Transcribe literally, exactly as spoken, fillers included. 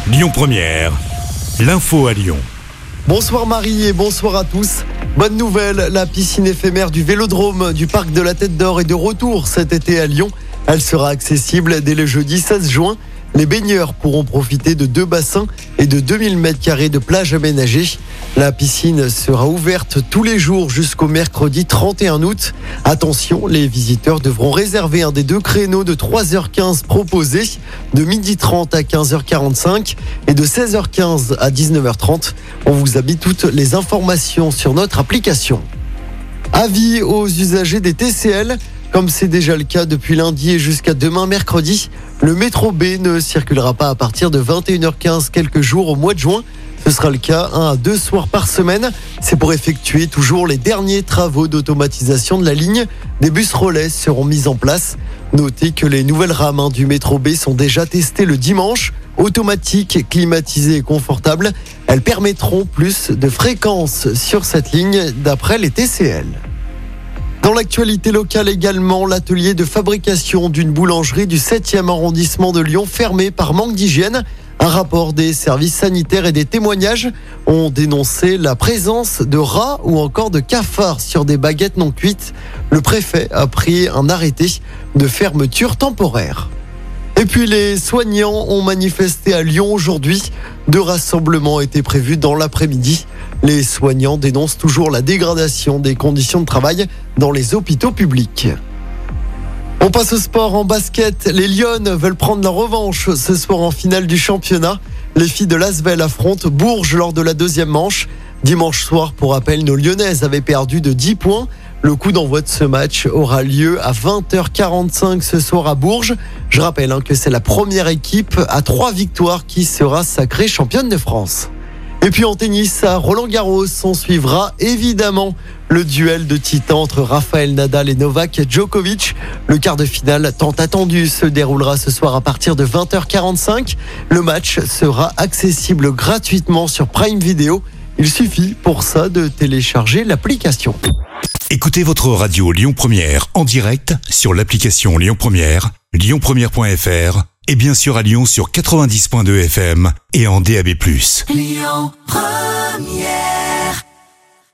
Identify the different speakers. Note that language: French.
Speaker 1: Lyon Première, l'info à Lyon.
Speaker 2: Bonsoir Marie et bonsoir à tous. Bonne nouvelle, la piscine éphémère du Vélodrome du parc de la Tête d'Or est de retour cet été à Lyon. Elle sera accessible dès le jeudi seize juin. Les baigneurs pourront profiter de deux bassins et de deux mille mètres carrés de plage aménagée. La piscine sera ouverte tous les jours jusqu'au mercredi trente et un août. Attention, les visiteurs devront réserver un des deux créneaux de trois heures quinze proposés, de midi trente à quinze heures quarante-cinq et de seize heures quinze à dix-neuf heures trente. On vous a mis toutes les informations sur notre application. Avis aux usagers des T C L. Comme c'est déjà le cas depuis lundi et jusqu'à demain mercredi, le métro B ne circulera pas à partir de vingt et une heures quinze quelques jours au mois de juin. Ce sera le cas un à deux soirs par semaine. C'est pour effectuer toujours les derniers travaux d'automatisation de la ligne. Des bus relais seront mis en place. Notez que les nouvelles rames du métro B sont déjà testées le dimanche. Automatiques, climatisées et confortables. Elles permettront plus de fréquences sur cette ligne d'après les T C L. Dans l'actualité locale également, l'atelier de fabrication d'une boulangerie du septième arrondissement de Lyon fermé par manque d'hygiène. Un rapport des services sanitaires et des témoignages ont dénoncé la présence de rats ou encore de cafards sur des baguettes non cuites. Le préfet a pris un arrêté de fermeture temporaire. Et puis les soignants ont manifesté à Lyon aujourd'hui. Deux rassemblements étaient prévus dans l'après-midi. Les soignants dénoncent toujours la dégradation des conditions de travail dans les hôpitaux publics. On passe au sport en basket. Les Lyonnes veulent prendre la revanche ce soir en finale du championnat. Les filles de l'Asvel affrontent Bourges lors de la deuxième manche. Dimanche soir, pour rappel, nos Lyonnaises avaient perdu de dix points. Le coup d'envoi de ce match aura lieu à vingt heures quarante-cinq ce soir à Bourges. Je rappelle hein, que c'est la première équipe à trois victoires qui sera sacrée championne de France. Et puis en tennis, à Roland-Garros, on suivra évidemment le duel de titans entre Rafael Nadal et Novak Djokovic. Le quart de finale tant attendu se déroulera ce soir à partir de vingt heures quarante-cinq. Le match sera accessible gratuitement sur Prime Video. Il suffit pour ça de télécharger l'application.
Speaker 1: Écoutez votre radio Lyon Première en direct sur l'application Lyon Première, lyon première point f r et bien sûr à Lyon sur quatre-vingt-dix virgule deux F M et en D A B plus.
Speaker 3: Lyon Première.